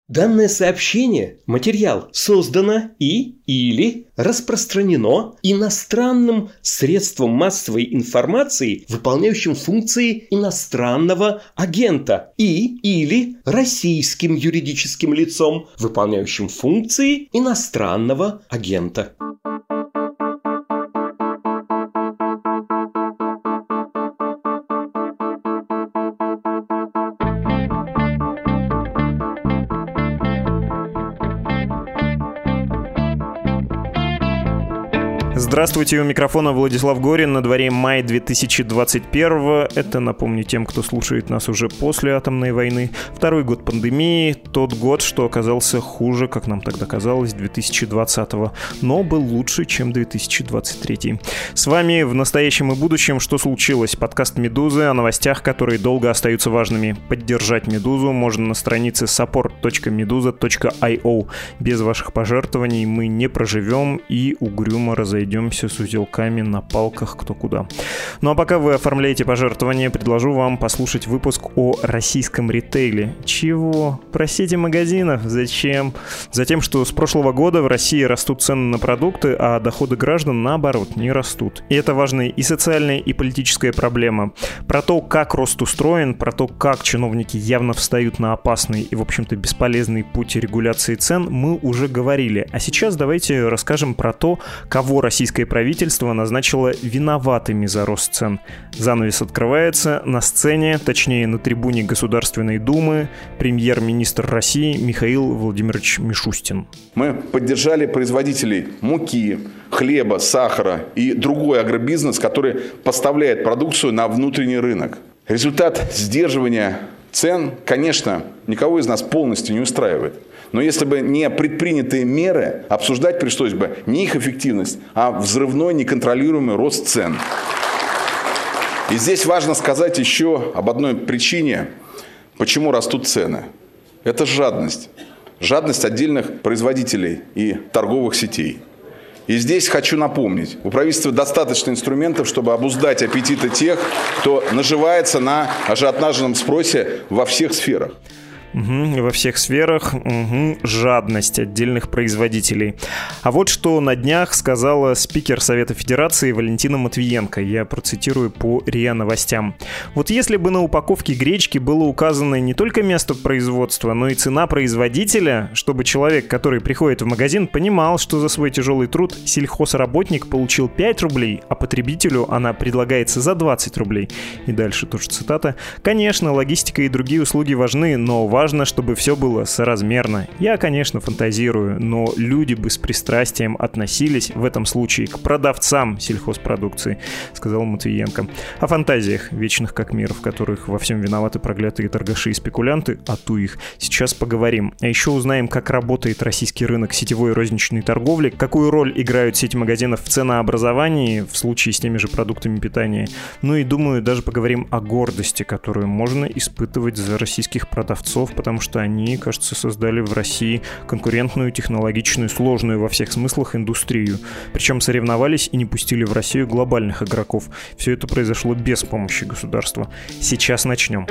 Данное сообщение, материал, создано или распространено иностранным средством массовой информации, выполняющим функции иностранного агента, или российским юридическим лицом, выполняющим функции иностранного агента. Здравствуйте, у микрофона Владислав Горин, на дворе май 2021. Это, напомню тем, кто слушает нас уже после атомной войны. Второй год пандемии, тот год, что оказался хуже, как нам тогда казалось, 2020-го, но был лучше, чем 2023. С вами в настоящем и будущем «Что случилось?» Подкаст «Медузы» о новостях, которые долго остаются важными. Поддержать «Медузу» можно на странице support.meduza.io. Без ваших пожертвований мы не проживем и угрюмо разойдемся с узелками на палках кто куда. Ну а пока вы оформляете пожертвования, предложу вам послушать выпуск о российском ритейле. Чего? Про сети магазинов? Зачем? Затем, что с прошлого года в России растут цены на продукты, а доходы граждан, наоборот, не растут. И это важная и социальная, и политическая проблема. Про то, как рост устроен, про то, как чиновники явно встают на опасный и, в общем-то, бесполезный путь регуляции цен, мы уже говорили. А сейчас давайте расскажем про то, кого российское правительство назначило виноватыми за рост цен. Занавес открывается. На сцене, точнее на трибуне Государственной Думы, премьер-министр России Михаил Владимирович Мишустин. Мы поддержали производителей муки, хлеба, сахара и другой агробизнес, который поставляет продукцию на внутренний рынок. Результат сдерживания цен, конечно, никого из нас полностью не устраивает. Но если бы не предпринятые меры, обсуждать пришлось бы не их эффективность, а взрывной неконтролируемый рост цен. И здесь важно сказать еще об одной причине, почему растут цены. Это жадность. Жадность отдельных производителей и торговых сетей. И здесь хочу напомнить, у правительства достаточно инструментов, чтобы обуздать аппетиты тех, кто наживается на ажиотажном спросе во всех сферах. Во всех сферах жадность отдельных производителей. А вот что на днях сказала спикер Совета Федерации Валентина Матвиенко. Я процитирую по РИА Новостям. Вот если бы на упаковке гречки было указано не только место производства, но и цена производителя, чтобы человек, который приходит в магазин, понимал, что за свой тяжелый труд сельхозработник получил 5 рублей, а потребителю она предлагается за 20 рублей. И дальше тоже цитата. Конечно, логистика и другие услуги важны, но важно, чтобы все было соразмерно. Я, конечно, фантазирую, но люди бы с пристрастием относились в этом случае к продавцам сельхозпродукции, сказал Матвиенко. О фантазиях, вечных как мир, в которых во всем виноваты проклятые торгаши и спекулянты, а ту их, сейчас поговорим. А еще узнаем, как работает российский рынок сетевой розничной торговли, какую роль играют сети магазинов в ценообразовании в случае с теми же продуктами питания. Ну и, думаю, даже поговорим о гордости, которую можно испытывать за российских продавцов, потому что они, кажется, создали в России конкурентную, технологичную, сложную во всех смыслах индустрию. Причем соревновались и не пустили в Россию глобальных игроков. Все это произошло без помощи государства. Сейчас начнем.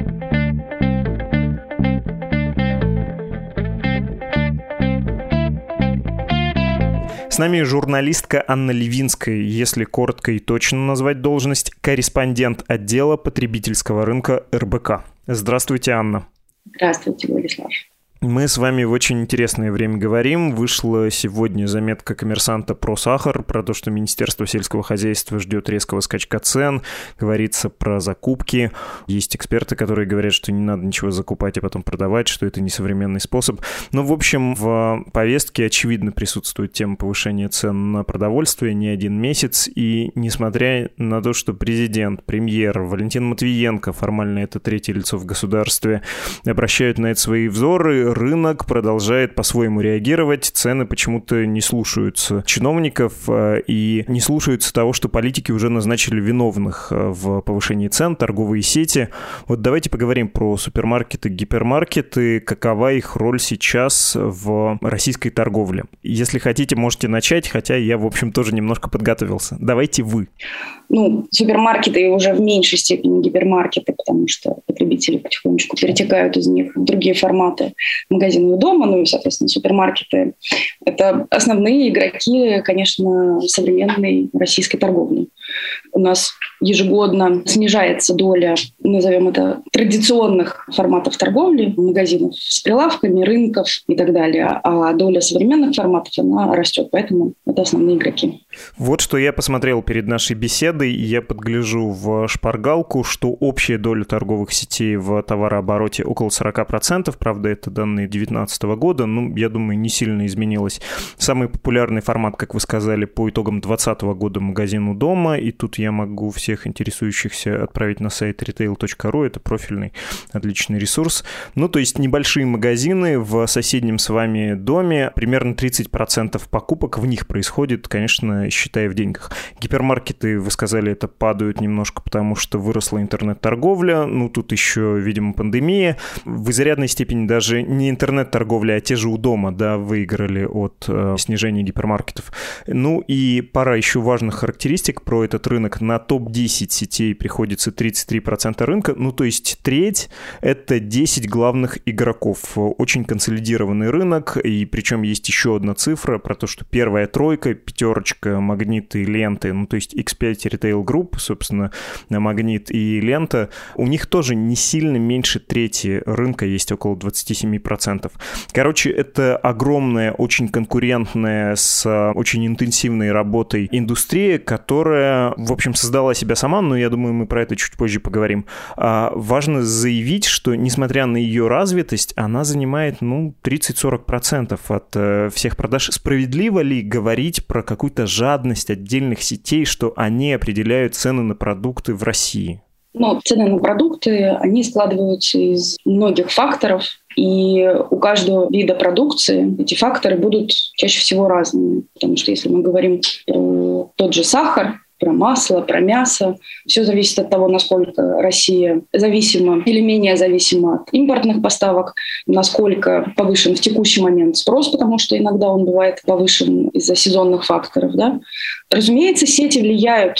С нами журналистка Анна Левинская, если коротко и точно назвать должность, корреспондент отдела потребительского рынка РБК. Здравствуйте, Анна. Здравствуйте, Владислав. Мы с вами в очень интересное время говорим. Вышла сегодня заметка «Коммерсанта» про сахар, про то, что Министерство сельского хозяйства ждет резкого скачка цен. Говорится про закупки. Есть эксперты, которые говорят, что не надо ничего закупать, а потом продавать, что это несовременный способ. Но, в общем, в повестке, очевидно, присутствует тема повышения цен на продовольствие не один месяц. И несмотря на то, что президент, премьер Валентин Матвиенко, формально это третье лицо в государстве, обращают на это свои взоры, рынок продолжает по-своему реагировать, цены почему-то не слушаются чиновников и не слушаются того, что политики уже назначили виновных в повышении цен, торговые сети. Вот давайте поговорим про супермаркеты, гипермаркеты, какова их роль сейчас в российской торговле. Если хотите, можете начать, хотя я, в общем, тоже немножко подготовился. Давайте вы. Супермаркеты уже в меньшей степени гипермаркеты, потому что потребители потихонечку перетекают из них в другие форматы. магазины у дома, ну и, соответственно, супермаркеты. Это основные игроки, конечно, современной российской торговли. У нас ежегодно снижается доля, назовем это, традиционных форматов торговли, магазинов с прилавками, рынков и так далее, а доля современных форматов, она растет, поэтому это основные игроки. Вот что я посмотрел перед нашей беседой, и я подгляжу в шпаргалку, что общая доля торговых сетей в товарообороте около 40%, правда, это данные 2019 года, я думаю, не сильно изменилось. Самый популярный формат, как вы сказали, по итогам 2020 года магазин у дома, и тут я могу всех интересующихся отправить на сайт retail.ru, это профильный отличный ресурс. То есть небольшие магазины в соседнем с вами доме, примерно 30% покупок в них происходит, конечно, считая в деньгах. Гипермаркеты, вы сказали, это падают немножко, потому что выросла интернет-торговля, тут еще, видимо, пандемия. В изрядной степени даже не интернет-торговля, а те же у дома, выиграли от снижения гипермаркетов. И пара еще важных характеристик про этот рынок. На топ-10 сетей приходится 33% рынка, то есть треть — это 10 главных игроков. Очень консолидированный рынок, и причем есть еще одна цифра про то, что первая тройка, пятерочка, Магнит и Ленты, то есть X5 Retail Group, собственно, Магнит и Лента, у них тоже не сильно меньше трети рынка, есть около 27%. Короче, это огромная, очень конкурентная, с очень интенсивной работой индустрия, которая, в общем, создала себя сама, но я думаю, мы про это чуть позже поговорим. Важно заявить, что, несмотря на ее развитость, она занимает, 30-40% от всех продаж. Справедливо ли говорить про какую-то жадность отдельных сетей, что они определяют цены на продукты в России? Цены на продукты, они складываются из многих факторов, и у каждого вида продукции эти факторы будут чаще всего разными. Потому что если мы говорим про тот же сахар, про масло, про мясо. Все зависит от того, насколько Россия зависима или менее зависима от импортных поставок, насколько повышен в текущий момент спрос, потому что иногда он бывает повышен из-за сезонных факторов. Разумеется, сети влияют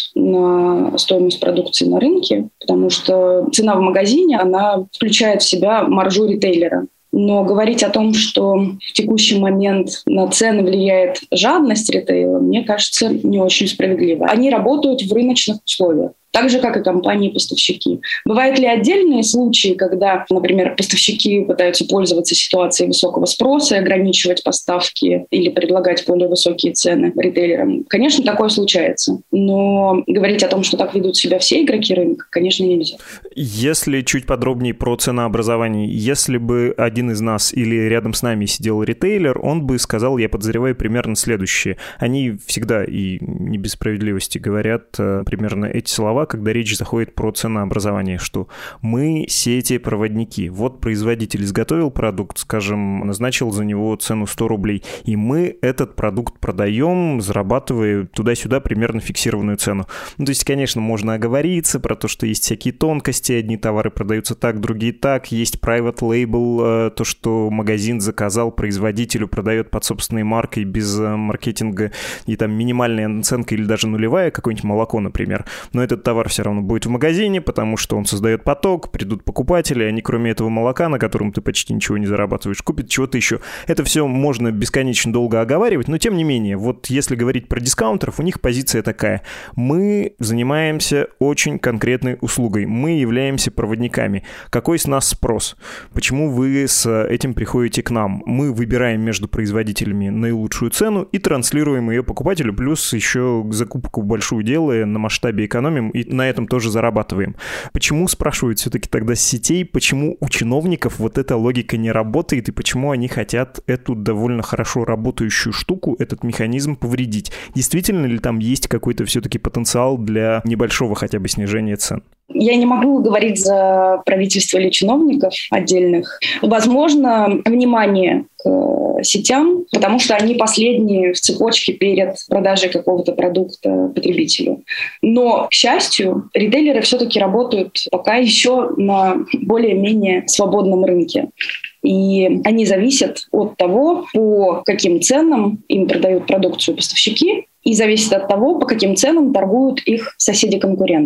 на стоимость продукции на рынке, потому что цена в магазине, она включает в себя маржу ритейлера. Но говорить о том, что в текущий момент на цены влияет жадность ритейла, мне кажется, не очень справедливо. Они работают в рыночных условиях, так же, как и компании-поставщики. Бывают ли отдельные случаи, когда, например, поставщики пытаются пользоваться ситуацией высокого спроса и ограничивать поставки или предлагать более высокие цены ритейлерам? Конечно, такое случается. Но говорить о том, что так ведут себя все игроки рынка, конечно, нельзя. Если чуть подробнее про ценообразование, если бы один из нас или рядом с нами сидел ритейлер, он бы сказал, я подозреваю, примерно следующее. Они всегда и не без справедливости говорят примерно эти слова, когда речь заходит про ценообразование, что мы сети-проводники. Вот производитель изготовил продукт, скажем, назначил за него цену 100 рублей, и мы этот продукт продаем, зарабатывая туда-сюда примерно фиксированную цену. То есть, конечно, можно оговориться про то, что есть всякие тонкости, одни товары продаются так, другие так, есть private label, то, что магазин заказал производителю, продает под собственной маркой без маркетинга, и там минимальная наценка или даже нулевая, какое-нибудь молоко, например. Но этот товар все равно будет в магазине, потому что он создает поток, придут покупатели, они кроме этого молока, на котором ты почти ничего не зарабатываешь, купят чего-то еще. Это все можно бесконечно долго оговаривать, но тем не менее, вот если говорить про дискаунтеров, у них позиция такая. Мы занимаемся очень конкретной услугой, мы являемся проводниками. Какой с нас спрос? Почему вы с этим приходите к нам? Мы выбираем между производителями наилучшую цену и транслируем ее покупателю, плюс еще закупку большую делаем, на масштабе экономим и на этом тоже зарабатываем. Почему, спрашивают все-таки тогда с сетей, почему у чиновников вот эта логика не работает и почему они хотят эту довольно хорошо работающую штуку, этот механизм повредить? Действительно ли там есть какой-то все-таки потенциал для небольшого хотя бы снижения цен? Я не могу говорить за правительство или чиновников отдельных. Возможно, внимание к сетям, потому что они последние в цепочке перед продажей какого-то продукта потребителю. Но, к счастью, ритейлеры все-таки работают пока еще на более-менее свободном рынке. И они зависят от того, по каким ценам им продают продукцию поставщики, и зависит от того, по каким ценам торгуют их соседи-конкуренты.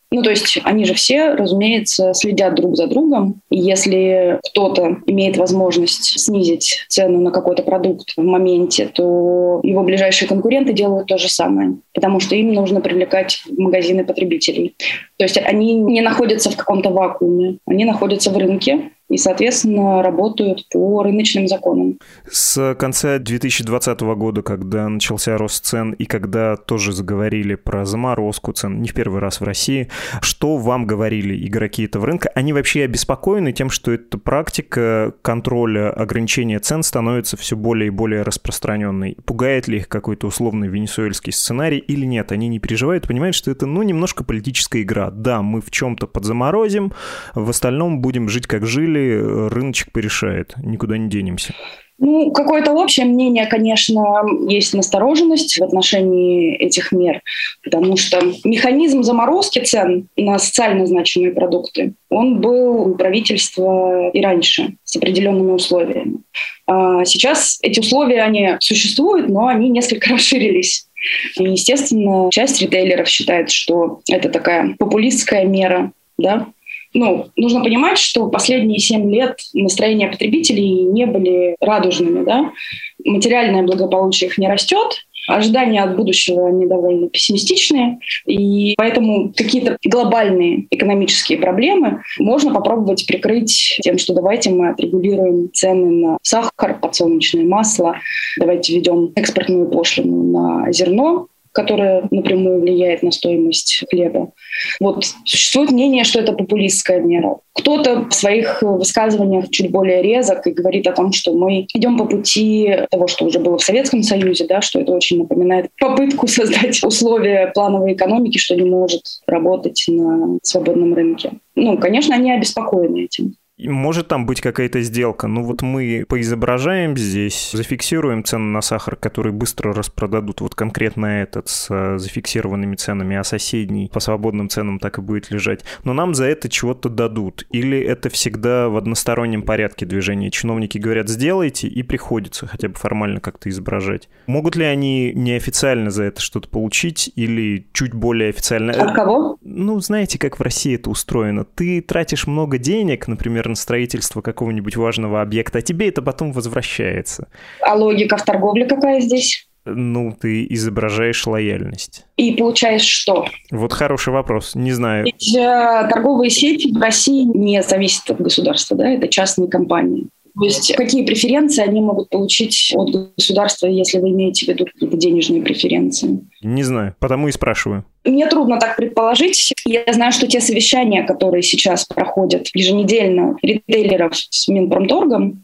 Ну, то есть они же все, разумеется, следят друг за другом. И если кто-то имеет возможность снизить цену на какой-то продукт в моменте, то его ближайшие конкуренты делают то же самое, потому что им нужно привлекать в магазины потребителей. То есть они не находятся в каком-то вакууме, они находятся в рынке и, соответственно, работают по рыночным законам. С конца 2020 года, когда начался рост цен и когда тоже заговорили про заморозку цен, не в первый раз в России, что вам говорили игроки этого рынка? Они вообще обеспокоены тем, что эта практика контроля ограничения цен становится все более и более распространенной? Пугает ли их какой-то условный венесуэльский сценарий или нет? Они не переживают, понимают, что это, немножко политическая игра. Да, мы в чем-то подзаморозим, в остальном будем жить как жили, рыночек порешает, никуда не денемся. Какое-то общее мнение, конечно, есть настороженность в отношении этих мер, потому что механизм заморозки цен на социально значимые продукты, он был у правительства и раньше с определенными условиями. А сейчас эти условия, они существуют, но они несколько расширились. И, естественно, часть ритейлеров считает, что это такая популистская мера, да. Нужно понимать, что последние 7 лет настроения потребителей не были радужными, да. Материальное благополучие их не растет, ожидания от будущего, они довольно пессимистичные, и поэтому какие-то глобальные экономические проблемы можно попробовать прикрыть тем, что давайте мы отрегулируем цены на сахар, подсолнечное масло, давайте введем экспортную пошлину на зерно, которая напрямую влияет на стоимость хлеба. Существует мнение, что это популистская мера. Кто-то в своих высказываниях чуть более резок и говорит о том, что мы идем по пути того, что уже было в Советском Союзе, да, что это очень напоминает попытку создать условия плановой экономики, что не может работать на свободном рынке. Конечно, они обеспокоены этим. Может там быть какая-то сделка? Мы поизображаем здесь, зафиксируем цены на сахар, которые быстро распродадут, конкретно этот с зафиксированными ценами, а соседний по свободным ценам так и будет лежать. Но нам за это чего-то дадут? Или это всегда в одностороннем порядке движения? Чиновники говорят, сделайте, и приходится хотя бы формально как-то изображать. Могут ли они неофициально за это что-то получить или чуть более официально? От кого? Знаете, как в России это устроено. Ты тратишь много денег, например, на строительство какого-нибудь важного объекта, а тебе это потом возвращается. А логика в торговле какая здесь? Ты изображаешь лояльность. И получаешь что? Хороший вопрос, не знаю. Ведь торговые сети в России не зависят от государства, да, это частные компании. То есть какие преференции они могут получить от государства, если вы имеете в виду какие-то денежные преференции? Не знаю, потому и спрашиваю. Мне трудно так предположить. Я знаю, что те совещания, которые сейчас проходят еженедельно ритейлеров с Минпромторгом,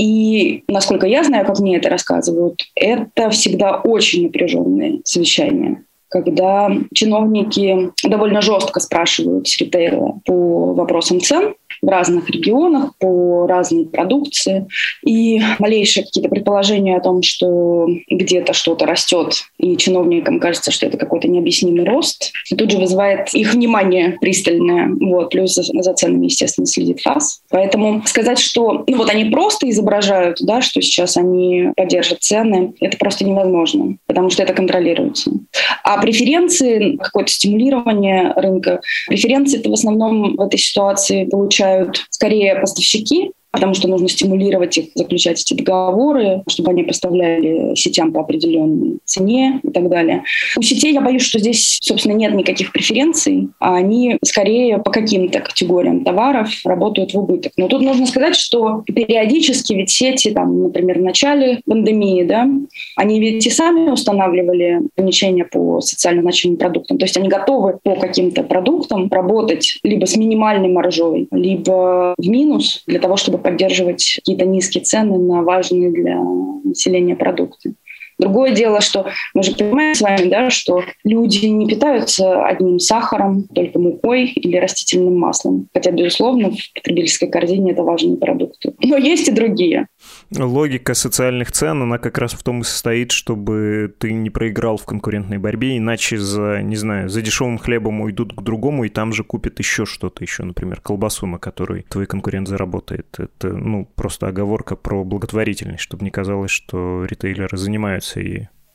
и, насколько я знаю, как мне это рассказывают, это всегда очень напряженные совещания, когда чиновники довольно жестко спрашивают с ритейла по вопросам цен в разных регионах, по разной продукции. И малейшие какие-то предположения о том, что где-то что-то растет, и чиновникам кажется, что это какой-то необъяснимый рост, тут же вызывает их внимание пристальное. Плюс за ценами, естественно, следит ФАС. Поэтому сказать, что они просто изображают, да, что сейчас они поддержат цены, это просто невозможно, потому что это контролируется. А преференции, какое-то стимулирование рынка, преференции-то в основном в этой ситуации получают скорее поставщики, потому что нужно стимулировать их, заключать эти договоры, чтобы они поставляли сетям по определенной цене и так далее. У сетей, я боюсь, что здесь, собственно, нет никаких преференций, а они скорее по каким-то категориям товаров работают в убыток. Но тут нужно сказать, что периодически ведь сети, например, в начале пандемии, да, они ведь и сами устанавливали ограничения по социально значимым продуктам. То есть они готовы по каким-то продуктам работать либо с минимальной маржой, либо в минус для того, чтобы поддерживать какие-то низкие цены на важные для населения продукты. Другое дело, что мы же понимаем с вами, да, что люди не питаются одним сахаром, только мукой или растительным маслом. Хотя, безусловно, в потребительской корзине это важные продукты. Но есть и другие. Логика социальных цен, она как раз в том и состоит, чтобы ты не проиграл в конкурентной борьбе, иначе за дешевым хлебом уйдут к другому, и там же купят еще что-то, например, колбасу, на которой твой конкурент заработает. Это, просто оговорка про благотворительность, чтобы не казалось, что ритейлеры занимаются ею.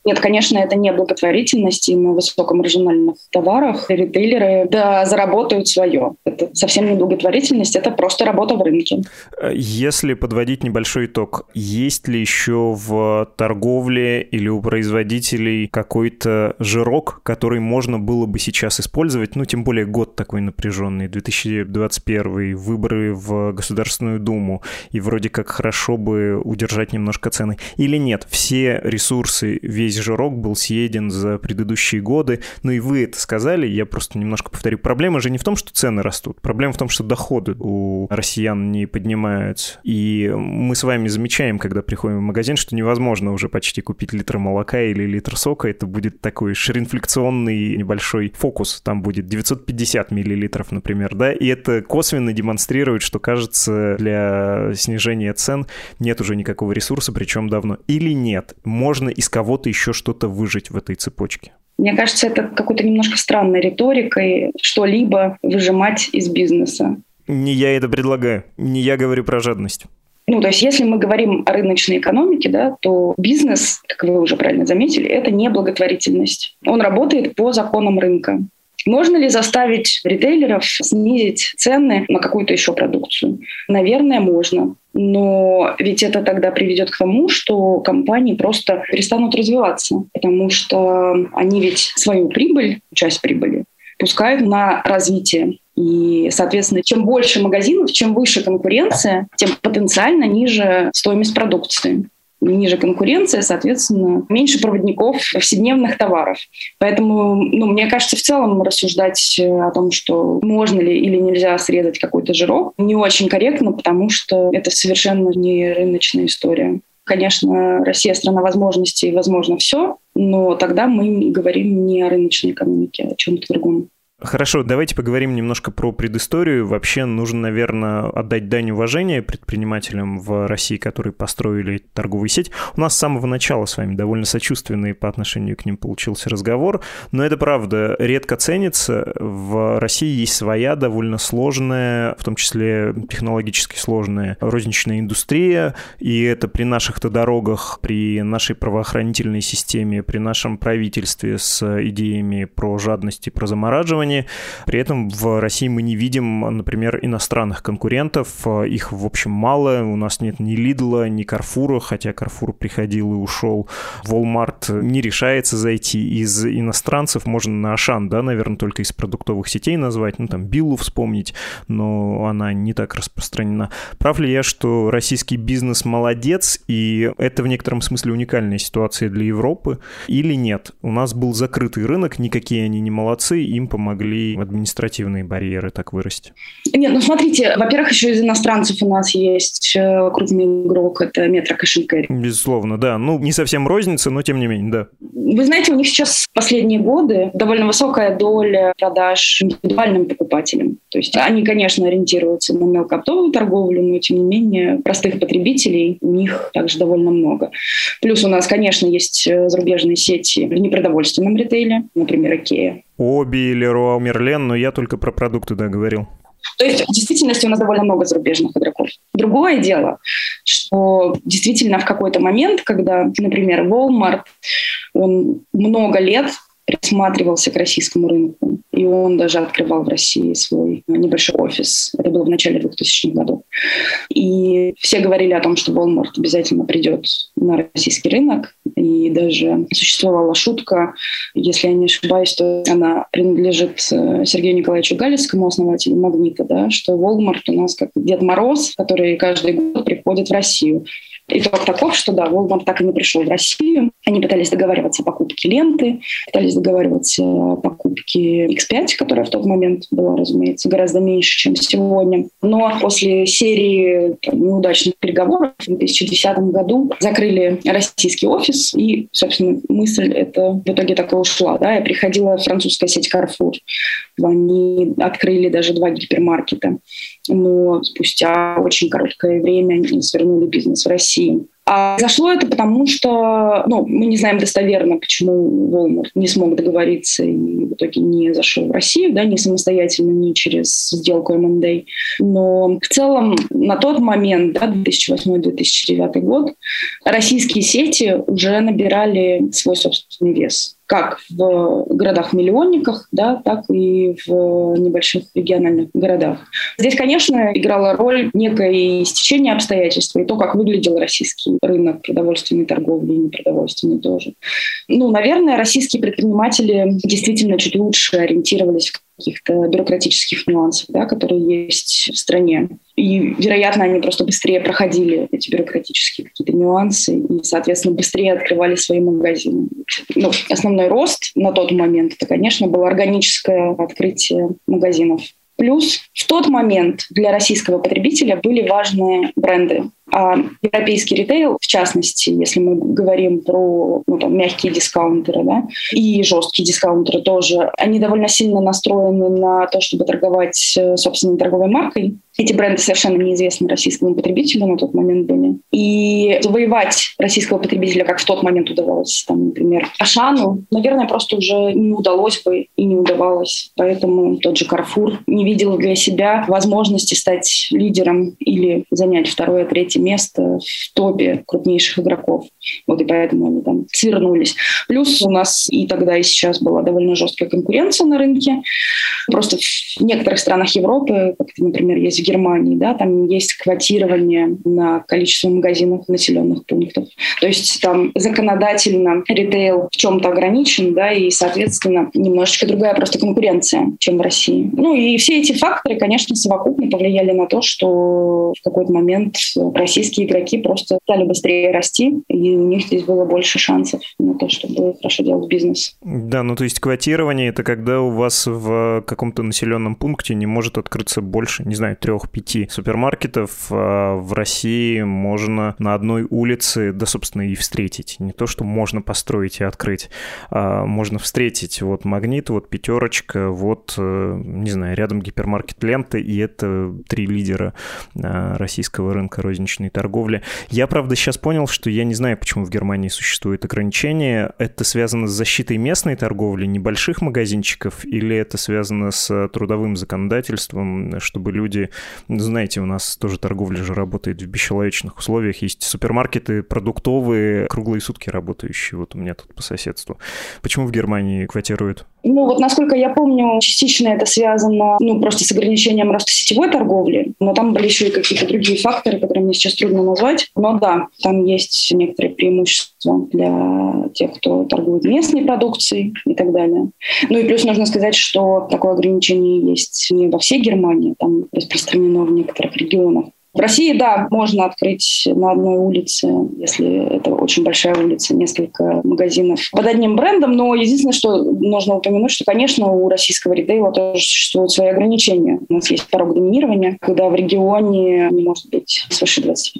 Нет, конечно, это не благотворительность, и на высокомаржинальных товарах ритейлеры заработают свое. Это совсем не благотворительность, это просто работа в рынке. Если подводить небольшой итог, есть ли еще в торговле или у производителей какой-то жирок, который можно было бы сейчас использовать? Тем более год такой напряженный, 2021, выборы в Государственную Думу, и вроде как хорошо бы удержать немножко цены. Или нет, все ресурсы, весь жирок был съеден за предыдущие годы. И вы это сказали, я просто немножко повторю. Проблема же не в том, что цены растут. Проблема в том, что доходы у россиян не поднимаются. И мы с вами замечаем, когда приходим в магазин, что невозможно уже почти купить литр молока или литр сока. Это будет такой ширинфляционный небольшой фокус. Там будет 950 миллилитров, например, да? И это косвенно демонстрирует, что, кажется, для снижения цен нет уже никакого ресурса, причем давно. Или нет? Можно из кого-то еще что-то выжить в этой цепочке? Мне кажется, это какой-то немножко странной риторикой что-либо выжимать из бизнеса. Не я это предлагаю, не я говорю про жадность. То есть если мы говорим о рыночной экономике, да, то бизнес, как вы уже правильно заметили, это не благотворительность. Он работает по законам рынка. Можно ли заставить ритейлеров снизить цены на какую-то еще продукцию? Наверное, можно. Но ведь это тогда приведет к тому, что компании просто перестанут развиваться, потому что они ведь свою прибыль, часть прибыли, пускают на развитие. И, соответственно, чем больше магазинов, чем выше конкуренция, тем потенциально ниже стоимость продукции. Ниже конкуренция, соответственно, меньше проводников повседневных товаров. Поэтому, мне кажется, в целом рассуждать о том, что можно ли или нельзя срезать какой-то жирок, не очень корректно, потому что это совершенно не рыночная история. Конечно, Россия — страна возможностей, возможно все, но тогда мы говорим не о рыночной экономике, а о чем-то другом. Хорошо, давайте поговорим немножко про предысторию. Вообще нужно, наверное, отдать дань уважения предпринимателям в России, которые построили торговую сеть. У нас с самого начала с вами довольно сочувственный по отношению к ним получился разговор, но это правда редко ценится. В России есть своя довольно сложная, в том числе технологически сложная розничная индустрия, и это при наших-то дорогах, при нашей правоохранительной системе, при нашем правительстве с идеями про жадность и про замораживание. При этом в России мы не видим, например, иностранных конкурентов. Их, в общем, мало. У нас нет ни Lidl, ни Carrefour, хотя Carrefour приходил и ушел. Walmart не решается зайти. Из иностранцев можно на Ашан, да, наверное, только из продуктовых сетей назвать. Там Биллу вспомнить, но она не так распространена. Прав ли я, что российский бизнес молодец, и это в некотором смысле уникальная ситуация для Европы? Или нет? У нас был закрытый рынок, никакие они не молодцы, им помогли административные барьеры так вырасти? Нет, смотрите, во-первых, еще из иностранцев у нас есть крупный игрок, это Metro Cash & Carry. Безусловно, да. Не совсем розница, но тем не менее, да. Вы знаете, у них сейчас в последние годы довольно высокая доля продаж индивидуальным покупателям. То есть они, конечно, ориентируются на мелкооптовую торговлю, но, тем не менее, простых потребителей у них также довольно много. Плюс у нас, конечно, есть зарубежные сети в непродовольственном ритейле, например, IKEA. Оби или Leroy Merlin, но я только про продукты, да, говорил. То есть в действительности у нас довольно много зарубежных игроков. Другое дело, что действительно в какой-то момент, когда, например, Walmart, он много лет присматривался к российскому рынку, и он даже открывал в России свой небольшой офис. Это было в начале 2000-х годов. И все говорили о том, что Walmart обязательно придет на российский рынок, и даже существовала шутка, если я не ошибаюсь, то она принадлежит Сергею Николаевичу Галицкому, основателю «Магнита», да, что Walmart у нас как Дед Мороз, который каждый год приходит в Россию. Итог таков, что да, Walmart так и не пришел в Россию. Они пытались договариваться о покупке ленты, пытались договариваться о покупке X5, которая в тот момент была, разумеется, гораздо меньше, чем сегодня. Но после серии неудачных переговоров в 2010 году закрыли российский офис, и, собственно, мысль эта в итоге так и ушла. Да? И приходила французская сеть Carrefour. Они открыли даже 2 гипермаркета. Но спустя очень короткое время они свернули бизнес в России. А произошло это потому, что мы не знаем достоверно, почему Walmart не смог договориться и в итоге не зашел в Россию, да, ни самостоятельно, ни через сделку M&A. Но в целом на тот момент, да, 2008-2009 год, российские сети уже набирали свой собственный вес. Как в городах-миллионниках, да, так и в небольших региональных городах. Здесь, конечно, играла роль некое стечение обстоятельств и то, как выглядел российский рынок продовольственной торговли и непродовольственной тоже. Наверное, российские предприниматели действительно чуть лучше ориентировались в каких-то бюрократических нюансах, да, которые есть в стране. И, вероятно, они просто быстрее проходили эти бюрократические какие-то нюансы и, соответственно, быстрее открывали свои магазины. Основной рост на тот момент, это, конечно, было органическое открытие магазинов. Плюс в тот момент для российского потребителя были важные бренды. А европейский ритейл, в частности, если мы говорим про мягкие дискаунтеры, да, и жесткие дискаунтеры тоже, они довольно сильно настроены на то, чтобы торговать собственной торговой маркой. Эти бренды совершенно неизвестны российскому потребителю на тот момент были. И завоевать российского потребителя, как в тот момент удавалось, например, Ашану, наверное, просто уже не удалось бы и не удавалось. Поэтому тот же Carrefour не видел для себя возможности стать лидером или занять второе, третье место в топе крупнейших игроков. И поэтому они там свернулись. Плюс у нас и тогда, и сейчас была довольно жесткая конкуренция на рынке. Просто в некоторых странах Европы, как, например, есть в Германии, да, там есть квотирование на количество магазинов населенных пунктов. То есть там законодательно ритейл в чем-то ограничен, да, и, соответственно, немножечко другая просто конкуренция, чем в России. И все эти факторы, конечно, совокупно повлияли на то, что в какой-то момент российские игроки просто стали быстрее расти, и у них здесь было больше шансов на то, чтобы хорошо делать бизнес. Да, то есть квотирование — это когда у вас в каком-то населенном пункте не может открыться больше, 3-5 супермаркетов, а в России можно на одной улице, да, собственно, и встретить. Не то, что можно построить и открыть, а можно встретить Магнит, Пятерочка, рядом гипермаркет Лента, и это 3 лидера российского рынка розничной торговли. Я, правда, сейчас понял, что я не знаю, почему в Германии существует ограничение. Это связано с защитой местной торговли, небольших магазинчиков, или это связано с трудовым законодательством, чтобы люди... Знаете, у нас тоже торговля же работает в бесчеловечных условиях. Есть супермаркеты продуктовые, круглые сутки работающие. У меня тут по соседству. Почему в Германии квотируют? Насколько я помню, частично это связано просто с ограничением роста сетевой торговли, но там были еще и какие-то другие факторы, которые мне сейчас трудно назвать. Но да, там есть некоторые преимущества для тех, кто торгует местной продукцией и так далее. И плюс нужно сказать, что такое ограничение есть не во всей Германии, там распространено в некоторых регионах. В России, да, можно открыть на одной улице, если это очень большая улица, несколько магазинов под одним брендом, но единственное, что нужно упомянуть, что, конечно, у российского ритейла тоже существуют свои ограничения. У нас есть порог доминирования, когда в регионе не может быть свыше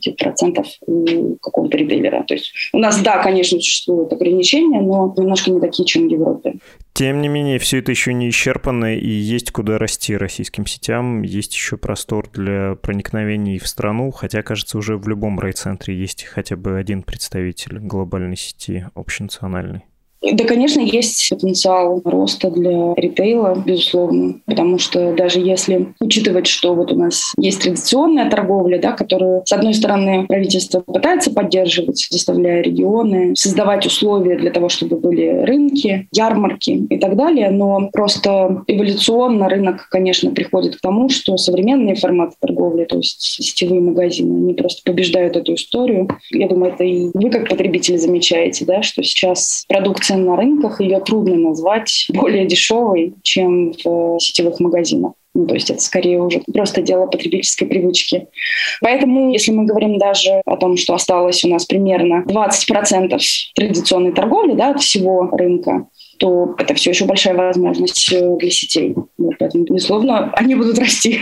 25% у какого-то ритейлера. То есть у нас, да, конечно, существуют ограничения, но немножко не такие, чем в Европе. Тем не менее, все это еще не исчерпано, и есть куда расти российским сетям, есть еще простор для проникновения в страну, хотя, кажется, уже в любом райцентре есть хотя бы один представитель глобальной сети общенациональной. Да, конечно, есть потенциал роста для ритейла, безусловно, потому что даже если учитывать, что у нас есть традиционная торговля, да, которую, с одной стороны, правительство пытается поддерживать, заставляя регионы создавать условия для того, чтобы были рынки, ярмарки и так далее, но просто эволюционно рынок, конечно, приходит к тому, что современные форматы торговли, то есть сетевые магазины, они просто побеждают эту историю. Я думаю, это и вы как потребители замечаете, да, что сейчас продукция на рынках, ее трудно назвать более дешевой, чем в сетевых магазинах. То есть это скорее уже просто дело потребительской привычки. Поэтому, если мы говорим даже о том, что осталось у нас примерно 20% традиционной торговли, да, от всего рынка, то это все еще большая возможность для сетей. Поэтому, безусловно, они будут расти.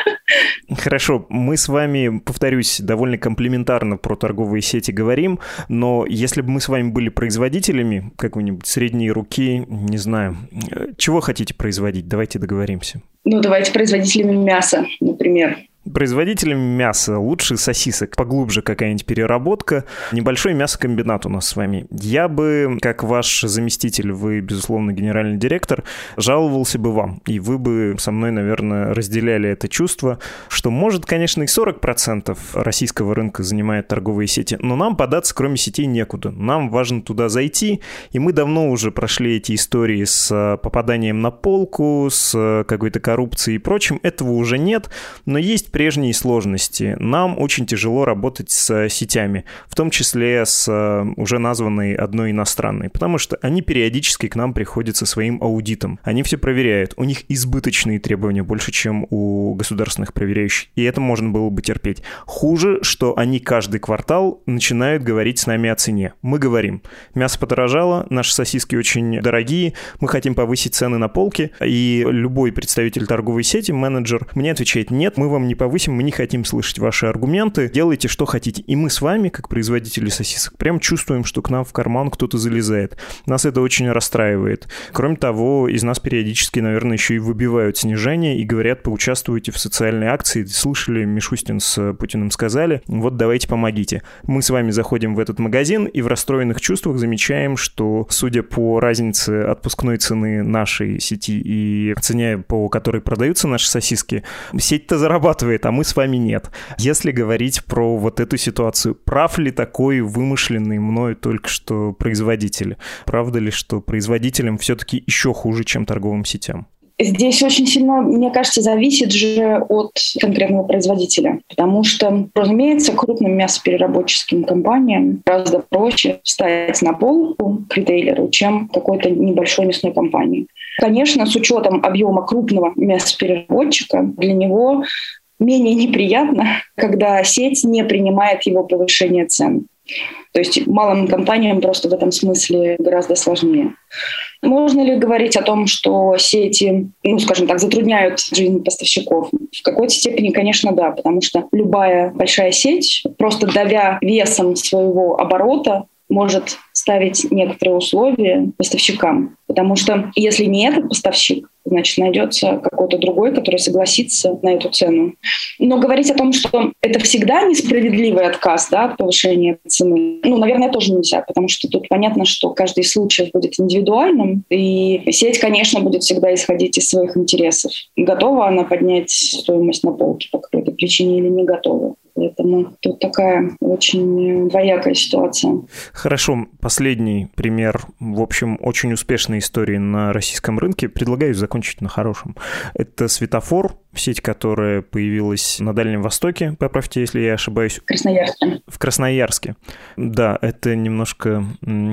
Хорошо, мы с вами, повторюсь, довольно комплиментарно про торговые сети говорим, но если бы мы с вами были производителями какой-нибудь средней руки, не знаю, чего хотите производить? Давайте договоримся. Давайте производителями мяса, например. Производителям мяса лучше сосисок, поглубже какая-нибудь переработка, небольшой мясокомбинат у нас с вами. Я бы, как ваш заместитель, вы, безусловно, генеральный директор, жаловался бы вам, и вы бы со мной, наверное, разделяли это чувство, что, может, конечно, и 40% российского рынка занимает торговые сети, но нам податься, кроме сетей, некуда. Нам важно туда зайти, и мы давно уже прошли эти истории с попаданием на полку, с какой-то коррупцией и прочим. Этого уже нет, но есть прежние сложности. Нам очень тяжело работать с сетями, в том числе с уже названной одной иностранной, потому что они периодически к нам приходят со своим аудитом. Они все проверяют. У них избыточные требования больше, чем у государственных проверяющих, и это можно было бы терпеть. Хуже, что они каждый квартал начинают говорить с нами о цене. Мы говорим, мясо подорожало, наши сосиски очень дорогие, мы хотим повысить цены на полке, и любой представитель торговой сети, менеджер, мне отвечает, нет, мы вам не повысим, мы не хотим слышать ваши аргументы, делайте, что хотите. И мы с вами, как производители сосисок, прям чувствуем, что к нам в карман кто-то залезает. Нас это очень расстраивает. Кроме того, из нас периодически, наверное, еще и выбивают снижение и говорят, поучаствуйте в социальной акции. Слышали, Мишустин с Путиным сказали, вот давайте помогите. Мы с вами заходим в этот магазин и в расстроенных чувствах замечаем, что, судя по разнице отпускной цены нашей сети и цене, по которой продаются наши сосиски, сеть-то зарабатывает, а мы с вами нет. Если говорить про вот эту ситуацию, прав ли такой вымышленный мною только что производитель? Правда ли, что производителям все-таки еще хуже, чем торговым сетям? Здесь очень сильно, мне кажется, зависит же от конкретного производителя, потому что, разумеется, крупным мясопереработческим компаниям гораздо проще встать на полку к ритейлеру, чем какой-то небольшой мясной компании. Конечно, с учетом объема крупного мясопереработчика, для него менее неприятно, когда сеть не принимает его повышение цен. То есть малым компаниям просто в этом смысле гораздо сложнее. Можно ли говорить о том, что сети, скажем так, затрудняют жизнь поставщиков? В какой-то степени, конечно, да, потому что любая большая сеть, просто давя весом своего оборота, может ставить некоторые условия поставщикам. Потому что если не этот поставщик, значит, найдется какой-то другой, который согласится на эту цену. Но говорить о том, что это всегда несправедливый отказ, от повышения цены, наверное, тоже нельзя, потому что тут понятно, что каждый случай будет индивидуальным, и сеть, конечно, будет всегда исходить из своих интересов. Готова она поднять стоимость на полке по какой-то причине или не готова. Поэтому тут такая очень двоякая ситуация. Хорошо. Последний пример, в общем, очень успешной истории на российском рынке. Предлагаю закончить на хорошем. Это светофор, сеть, которая появилась на Дальнем Востоке, поправьте, если я ошибаюсь. В Красноярске. Да, это немножко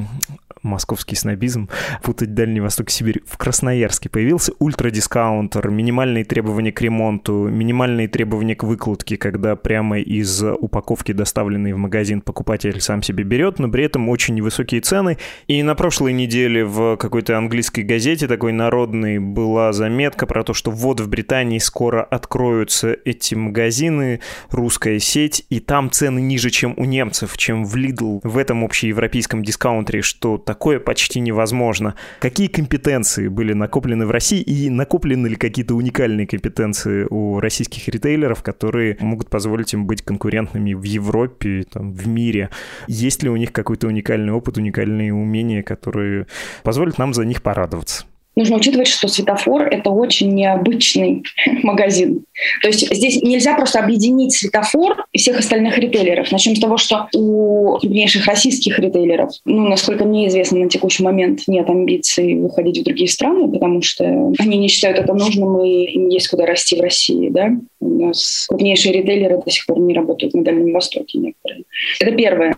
московский снобизм, путать Дальний Восток и Сибирь. В Красноярске появился ультрадискаунтер, минимальные требования к ремонту, минимальные требования к выкладке, когда прямо из упаковки, доставленной в магазин, покупатель сам себе берет, но при этом очень невысокие цены. И на прошлой неделе в какой-то английской газете, такой народной, была заметка про то, что вот в Британии скоро откроются эти магазины, русская сеть, и там цены ниже, чем у немцев, чем в Lidl, в этом общеевропейском дискаунтере, что такое почти невозможно. Какие компетенции были накоплены в России и накоплены ли какие-то уникальные компетенции у российских ритейлеров, которые могут позволить им быть конкурентными в Европе, в мире? Есть ли у них какой-то уникальный опыт, уникальные умения, которые позволят нам за них порадоваться? Нужно учитывать, что светофор – это очень необычный магазин. То есть здесь нельзя просто объединить светофор и всех остальных ритейлеров. Начнем с того, что у крупнейших российских ритейлеров, насколько мне известно, на текущий момент нет амбиций выходить в другие страны, потому что они не считают это нужным, и им есть куда расти в России. Да? У нас крупнейшие ритейлеры до сих пор не работают на Дальнем Востоке некоторые. Это первое.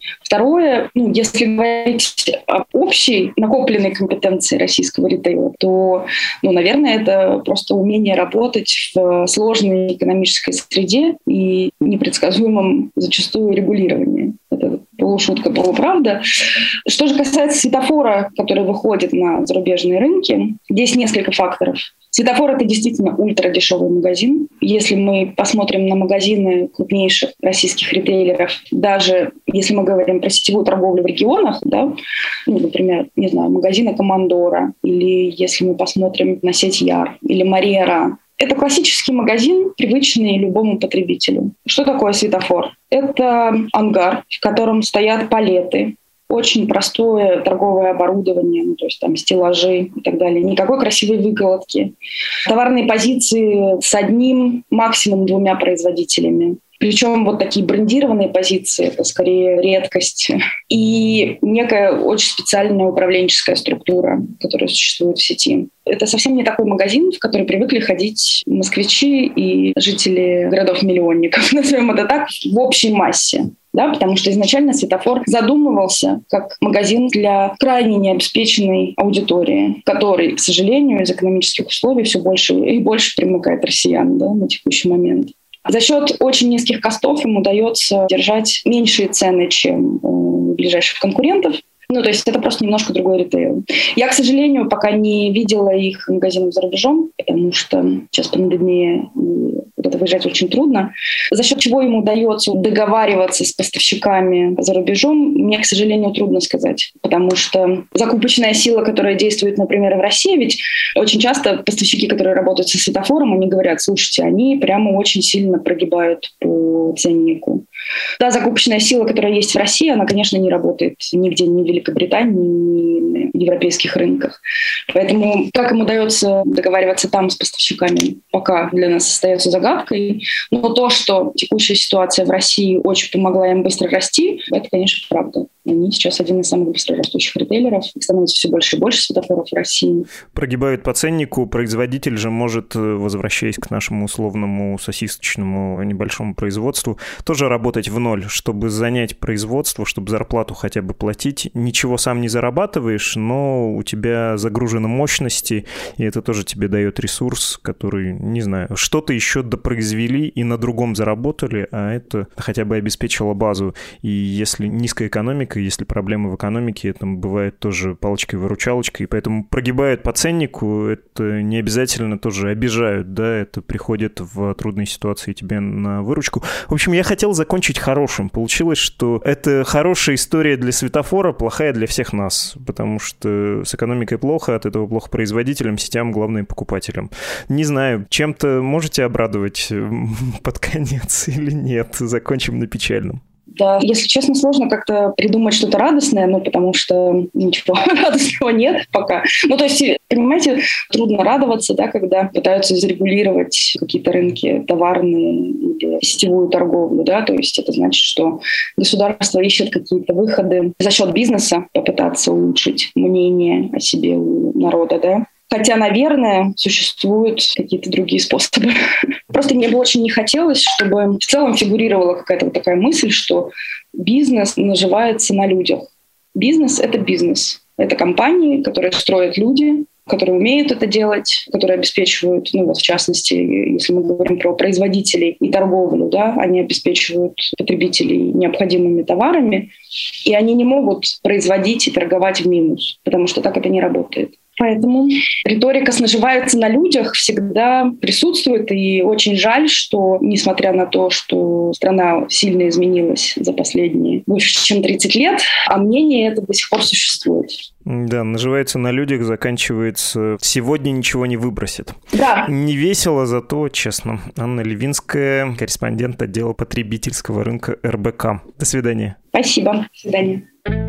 Второе, если говорить об общей накопленной компетенции российского ритейла, то, наверное, это просто умение работать в сложной экономической среде и непредсказуемом зачастую регулировании. Это полушутка, полуправда. Что же касается светофора, который выходит на зарубежные рынки, здесь несколько факторов. Светофор – это действительно ультрадешевый магазин. Если мы посмотрим на магазины крупнейших российских ритейлеров, даже если мы говорим про сетевую торговлю в регионах, например, магазины «Командора», или если мы посмотрим на сеть «Яр» или «Марера», Это классический магазин, привычный любому потребителю. Что такое светофор? Это ангар, в котором стоят палеты, очень простое торговое оборудование, то есть там стеллажи и так далее. Никакой красивой выкладки. Товарные позиции с одним, максимум 2 производителями. Причем вот такие брендированные позиции – это скорее редкость. И некая очень специальная управленческая структура, которая существует в сети. Это совсем не такой магазин, в который привыкли ходить москвичи и жители городов-миллионников, назовем это так, в общей массе. Да, потому что изначально светофор задумывался как магазин для крайне необеспеченной аудитории, который, к сожалению, из экономических условий все больше и больше примыкает россиян, да, на текущий момент. За счет очень низких костов им удается держать меньшие цены, чем у ближайших конкурентов. То есть это просто немножко другой ритейл. Я, к сожалению, пока не видела их магазинов за рубежом, потому что сейчас пандемия, и куда-то выезжать очень трудно. За счет чего им удается договариваться с поставщиками за рубежом, мне, к сожалению, трудно сказать. Потому что закупочная сила, которая действует, например, в России, ведь очень часто поставщики, которые работают со светофором, они говорят: слушайте, они прямо очень сильно прогибают по ценнику. Да, закупочная сила, которая есть в России, она, конечно, не работает нигде, ни в Великобритании, ни в европейских рынках. Поэтому как им удается договариваться там с поставщиками, пока для нас остается загадкой. Но то, что текущая ситуация в России очень помогла им быстро расти, это, конечно, правда. Они сейчас один из самых быстрорастущих ритейлеров. Их становится все больше и больше светофоров в России. Прогибают по ценнику. Производитель же может, возвращаясь к нашему условному сосисочному небольшому производству, тоже работать в ноль, чтобы занять производство, чтобы зарплату хотя бы платить. Ничего сам не зарабатываешь, но у тебя загружены мощности, и это тоже тебе дает ресурс, который, не знаю, что-то еще допроизвели и на другом заработали, а это хотя бы обеспечило базу. И если низкая экономика, если проблемы в экономике, это бывает тоже палочкой-выручалочкой, и поэтому прогибают по ценнику, это не обязательно тоже обижают, да, это приходит в трудные ситуации тебе на выручку. В общем, я хотел закончить хорошим. Получилось, что это хорошая история для светофора, плохая для всех нас, потому что с экономикой плохо, от этого плохо производителям, сетям, главное, покупателям. Не знаю, чем-то можете обрадовать под конец или нет? Закончим на печальном. Да, если честно, сложно как-то придумать что-то радостное, потому что ничего радостного нет пока. То есть, понимаете, трудно радоваться, да, когда пытаются зарегулировать какие-то рынки товарные или сетевую торговлю, да, то есть это значит, что государство ищет какие-то выходы за счет бизнеса, попытаться улучшить мнение о себе у народа, да. Хотя, наверное, существуют какие-то другие способы. Просто мне бы очень не хотелось, чтобы в целом фигурировала какая-то вот такая мысль, что бизнес наживается на людях. Бизнес — это бизнес. Это компании, которые строят люди, которые умеют это делать, которые обеспечивают, в частности, если мы говорим про производителей и торговлю, да, они обеспечивают потребителей необходимыми товарами, и они не могут производить и торговать в минус, потому что так это не работает. Поэтому риторика «наживается на людях» всегда присутствует, и очень жаль, что, несмотря на то, что страна сильно изменилась за последние больше, чем 30 лет, а мнение это до сих пор существует. Да, наживается на людях, заканчивается «сегодня ничего не выбросит». Да. Не весело, зато честно. Анна Левинская, корреспондент отдела потребительского рынка РБК. До свидания. Спасибо. До свидания.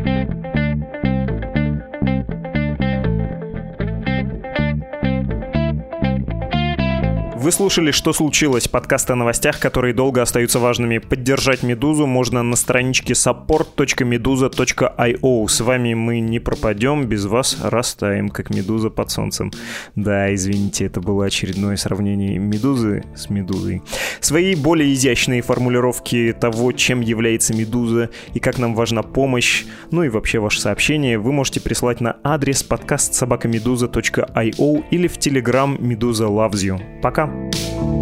Вы слушали «Что случилось?» Подкаст о новостях, которые долго остаются важными. Поддержать «Медузу» можно на страничке support.meduza.io. С вами мы не пропадем, без вас растаем, как медуза под солнцем. Да, извините, это было очередное сравнение медузы с медузой. Свои более изящные формулировки того, чем является медуза и как нам важна помощь, и вообще ваше сообщение, вы можете прислать на адрес подкаст@meduza.io или в Telegram Meduza Loves You. Пока!